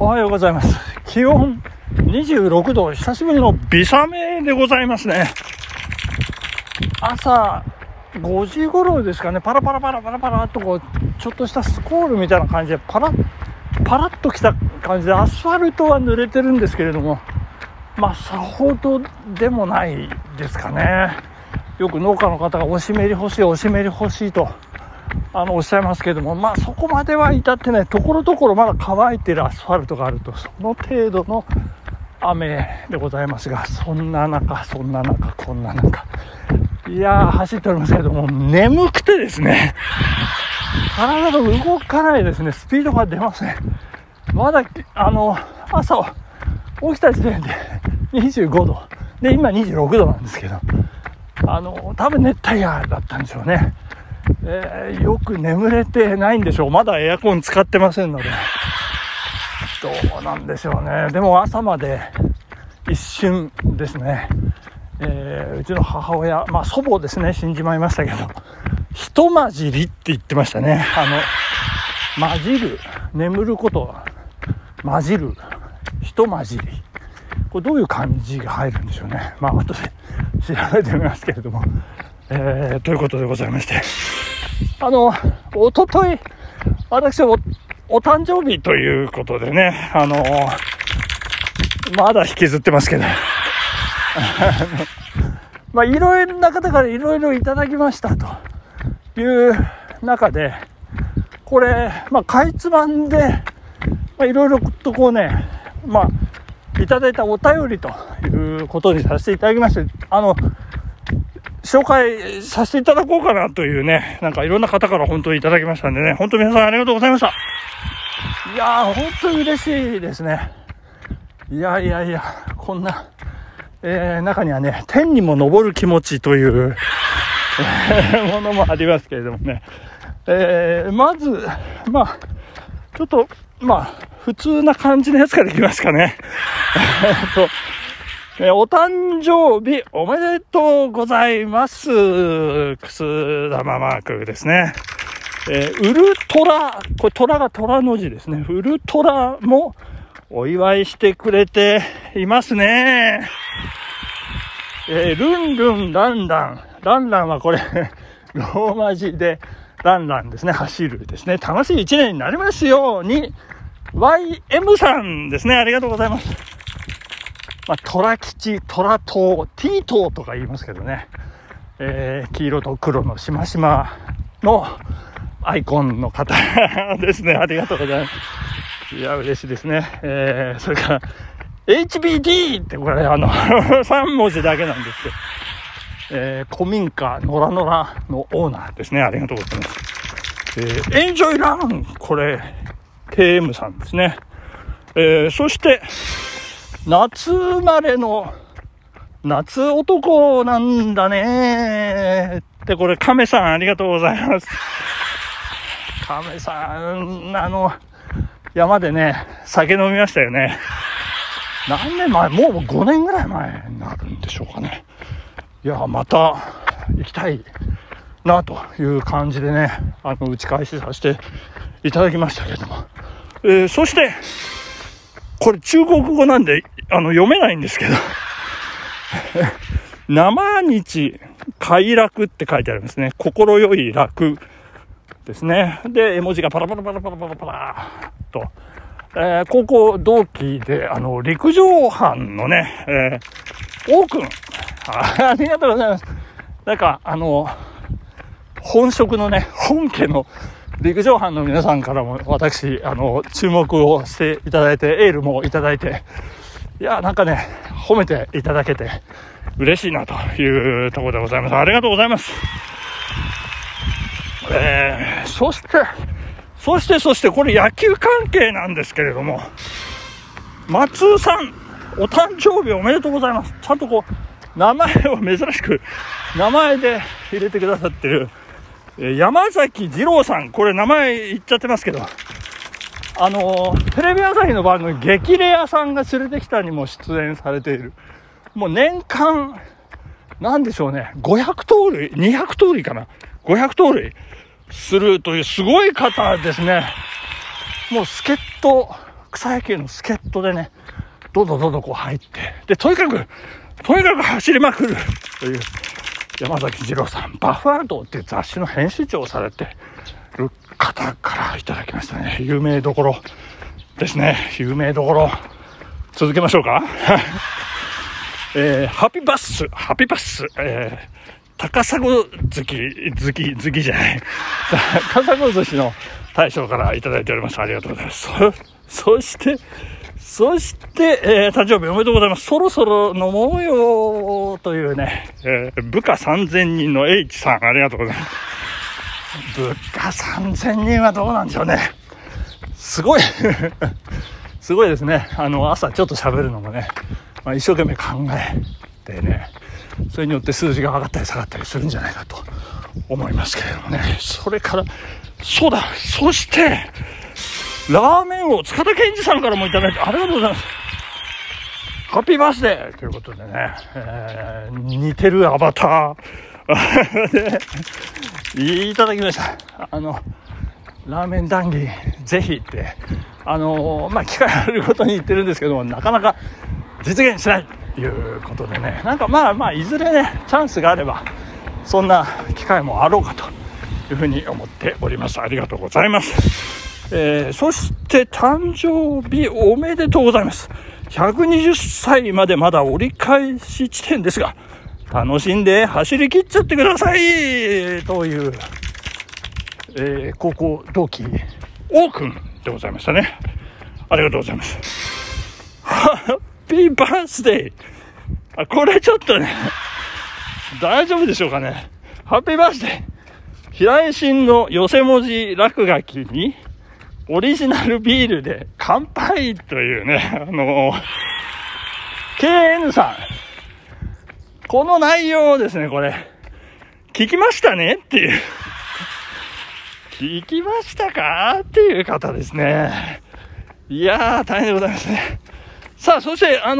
おはようございます。気温26度、久しぶりの微雨でございますね。朝5時頃ですかね、パラパラパラパラパラっとこうちょっとしたスコールみたいな感じでパラッときた感じで、アスファルトは濡れてるんですけれども、さほどでもないですかね。よく農家の方がお湿り欲しいとおっしゃいますけれども、そこまでは至ってない。ところどころまだ乾いてるアスファルトがあると、その程度の雨でございますが、こんな中いやー走っておりますけれども、眠くてですね、体が動かないですね。スピードが出ません。まだ朝起きた時点で25度で、今26度なんですけど、多分熱帯夜だったんでしょうね。よく眠れてないんでしょう。まだエアコン使ってませんので、どうなんでしょうね。でも朝まで一瞬ですね、うちの母親、祖母ですね、死んじまいましたけど、ひとまじりって言ってましたね。混じる、眠ることは混じる、ひとまじり、これどういう漢字が入るんでしょうね。後で調べてみますけれども、ということでございまして、おととい私はお誕生日ということでね、まだ引きずってますけどいろいろな方からいろいろいただきましたという中で、これかいつまんでいろいろとこうね、いただいたお便りということにさせていただきまして、紹介させていただこうかなというね、いろんな方から本当にいただきましたんでね、本当に皆さんありがとうございました。いやー、本当に嬉しいですね。いや、こんな、中にはね、天にも昇る気持ちというものもありますけれどもね、まずちょっと普通な感じのやつからいきますかねお誕生日おめでとうございます。くす玉マークですね。ウルトラ、これ虎が虎の字ですね。ウルトラもお祝いしてくれていますね。ルンルンランラン。ランランはこれ、ローマ字でランランですね。走るですね。楽しい一年になりますように。YM さんですね。ありがとうございます。虎吉、虎党、T 党とか言いますけどね。黄色と黒のしましまのアイコンの方ですね。ありがとうございます。いや、嬉しいですね。それから、HBD ってこれ3文字だけなんですけど、古民家ノラノラのオーナーですね。ありがとうございます。エンジョイラン、これ KM さんですね。そして夏生まれの夏男なんだねってこれ亀さん、ありがとうございます。亀さん山でね酒飲みましたよね。何年前、もう5年ぐらい前になるんでしょうかね。いや、また行きたいなという感じでね、打ち返しさせていただきましたけれども、そしてこれ中国語なんで読めないんですけど生日快楽って書いてありますね。心よい楽ですね。で絵文字がパラパラパラパラパラパラと、高校同期で陸上班のね、王くん、ありがとうございます。本職のね、本家の陸上班の皆さんからも私注目をしていただいて、エールもいただいて、いや褒めていただけて嬉しいなというところでございます。ありがとうございます。そしてこれ野球関係なんですけれども、松尾さんお誕生日おめでとうございます。ちゃんとこう名前を珍しく名前で入れてくださってる山崎二郎さん、これ名前言っちゃってますけど、テレビ朝日の番組激レアさんが連れてきたにも出演されている、もう年間なんでしょうね、500盗塁200盗塁かな、500盗塁するというすごい方ですね。もう助っ人草野球の助っ人でね、どんどんこう入って、で、とにかく走りまくるという山崎二郎さん、バファードっていう雑誌の編集長をされてる方からいただきましたね。有名どころですね。有名どころ。続けましょうか。ハピバス、高砂好きじゃない。高砂寿司の大将からいただいております。ありがとうございます。そして、誕生日おめでとうございます。そろそろ飲もうよというね、部下3000人の H さん、ありがとうございます。部下3000人はどうなんでしょうね。すごいですね。朝ちょっと喋るのもね、一生懸命考えてね、それによって数字が上がったり下がったりするんじゃないかと思いますけれどもね。それから、そうだ、そして、ラーメンを塚田健二さんからもいただいてありがとうございます。ハッピーバースデーということでね、似てるアバターいただきました。ラーメン談義ぜひって機会あることに言ってるんですけども、なかなか実現しないということでね、なんかいずれねチャンスがあればそんな機会もあろうかというふうに思っております。ありがとうございます。そして誕生日おめでとうございます。120歳までまだ折り返し地点ですが、楽しんで走り切っちゃってくださいという、高校同期王くんでございましたね。ありがとうございます。ハッピーバースデー。これちょっとね大丈夫でしょうかね。ハッピーバースデー。平井心の寄せ文字落書きにオリジナルビールで乾杯というね、KN さん。この内容をですね、これ、聞きましたねっていう。聞きましたかっていう方ですね。いやー、大変でございますね。さあ、そして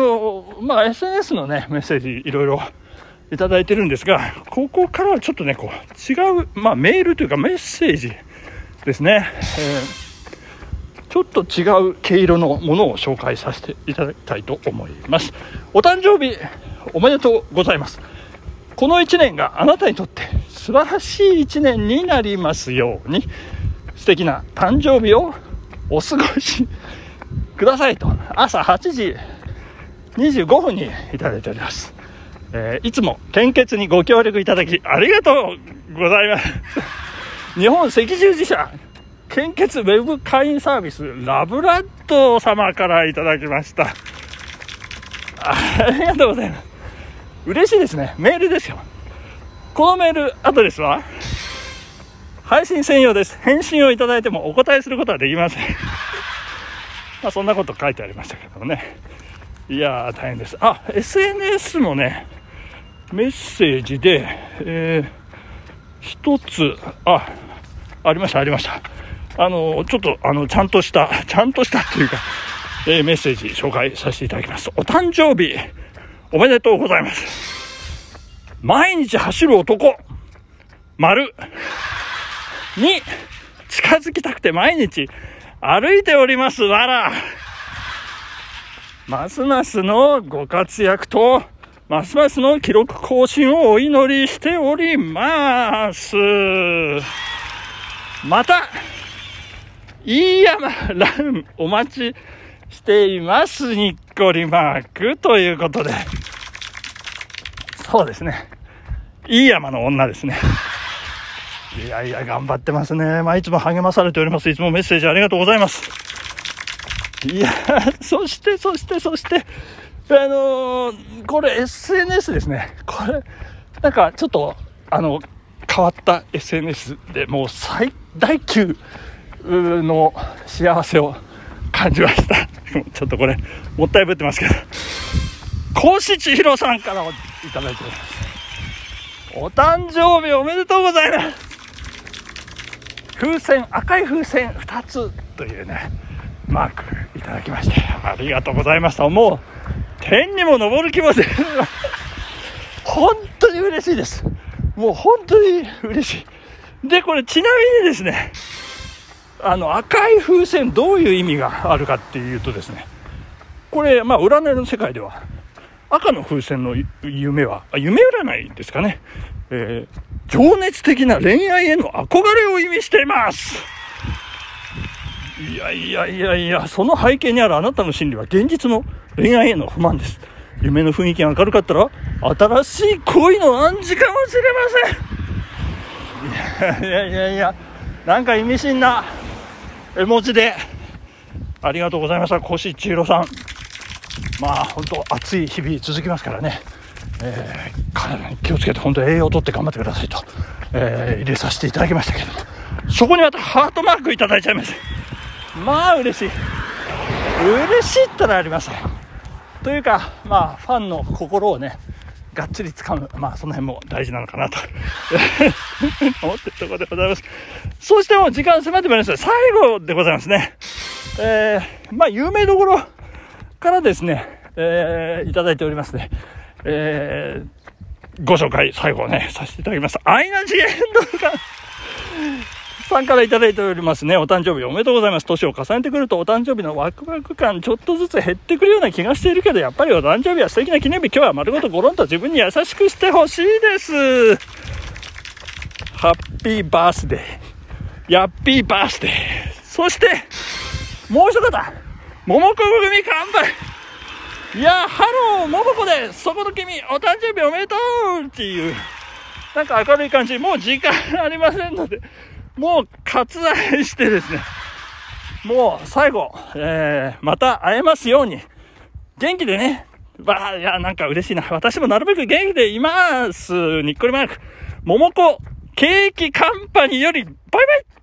、SNS のね、メッセージいろいろいただいてるんですが、ここからはちょっとね、こう、違う、メールというかメッセージですね。ちょっと違う毛色のものを紹介させていただきたいと思います。お誕生日おめでとうございます。この1年があなたにとって素晴らしい1年になりますように、素敵な誕生日をお過ごしくださいと朝8時25分にいただいております。いつも献血にご協力いただきありがとうございます。日本赤十字社献血ウェブ会員サービスラブラッド様からいただきました。ありがとうございます。嬉しいですね。メールですよ。このメールアドレスは配信専用です。返信をいただいてもお答えすることはできません。そんなこと書いてありましたけどもね。いやー大変です。SNS のねメッセージで、一つありましたちょっとちゃんとしたというか、メッセージ紹介させていただきます。お誕生日おめでとうございます。毎日走る男丸に近づきたくて毎日歩いておりますわら。ますますのご活躍とますますの記録更新をお祈りしております。またいい山ランお待ちしています。にっこりマークということで、そうですね、いい山の女ですね。いや頑張ってますね。いつも励まされております。いつもメッセージありがとうございます。いやそしてこれ SNS ですね。これなんかちょっと変わった SNS でもう最大級の幸せを感じました。ちょっとこれもったいぶってますけど、甲子千尋さんからいただいております。お誕生日おめでとうございます。赤い風船2つというねマークいただきましてありがとうございました。もう天にも昇る気持ちで本当に嬉しいです。もう本当に嬉しい。でこれちなみにですね、 赤い風船どういう意味があるかっていうとですね、これ占いの世界では赤の風船の夢は夢占いですかね、情熱的な恋愛への憧れを意味しています。いや、その背景にあるあなたの心理は現実の恋愛への不満です。夢の雰囲気が明るかったら新しい恋の暗示かもしれません。いや、なんか意味深な絵文字でありがとうございました。越千尋さん。本当暑い日々続きますからね、体に気をつけて本当栄養をとって頑張ってくださいと、入れさせていただきましたけど、そこにまたハートマークいただいちゃいました。嬉しいったらありませんというか、ファンの心をねがっちり掴む、その辺も大事なのかなと思ってるところでございます。そしてもう時間迫ってまいりました。最後でございますね。有名どころからですね、いただいておりますね。ご紹介最後ねさせていただきました。アイナ・ジ・エンドさんからいただいておりますね。お誕生日おめでとうございます。年を重ねてくるとお誕生日のワクワク感ちょっとずつ減ってくるような気がしているけど、やっぱりお誕生日は素敵な記念日。今日は丸ごとゴロンと自分に優しくしてほしいです。ハッピーバースデー、ヤッピーバースデー。そしてもう一方、桃子組乾杯。ハロー桃子です。そこの君お誕生日おめでとうっていうなんか明るい感じ。もう時間ありませんのでもう割愛してですね、もう最後、また会えますように元気でね。なんか嬉しいな。私もなるべく元気でいます。にっこりマーク。桃子ケーキカンパニーよりバイバイ。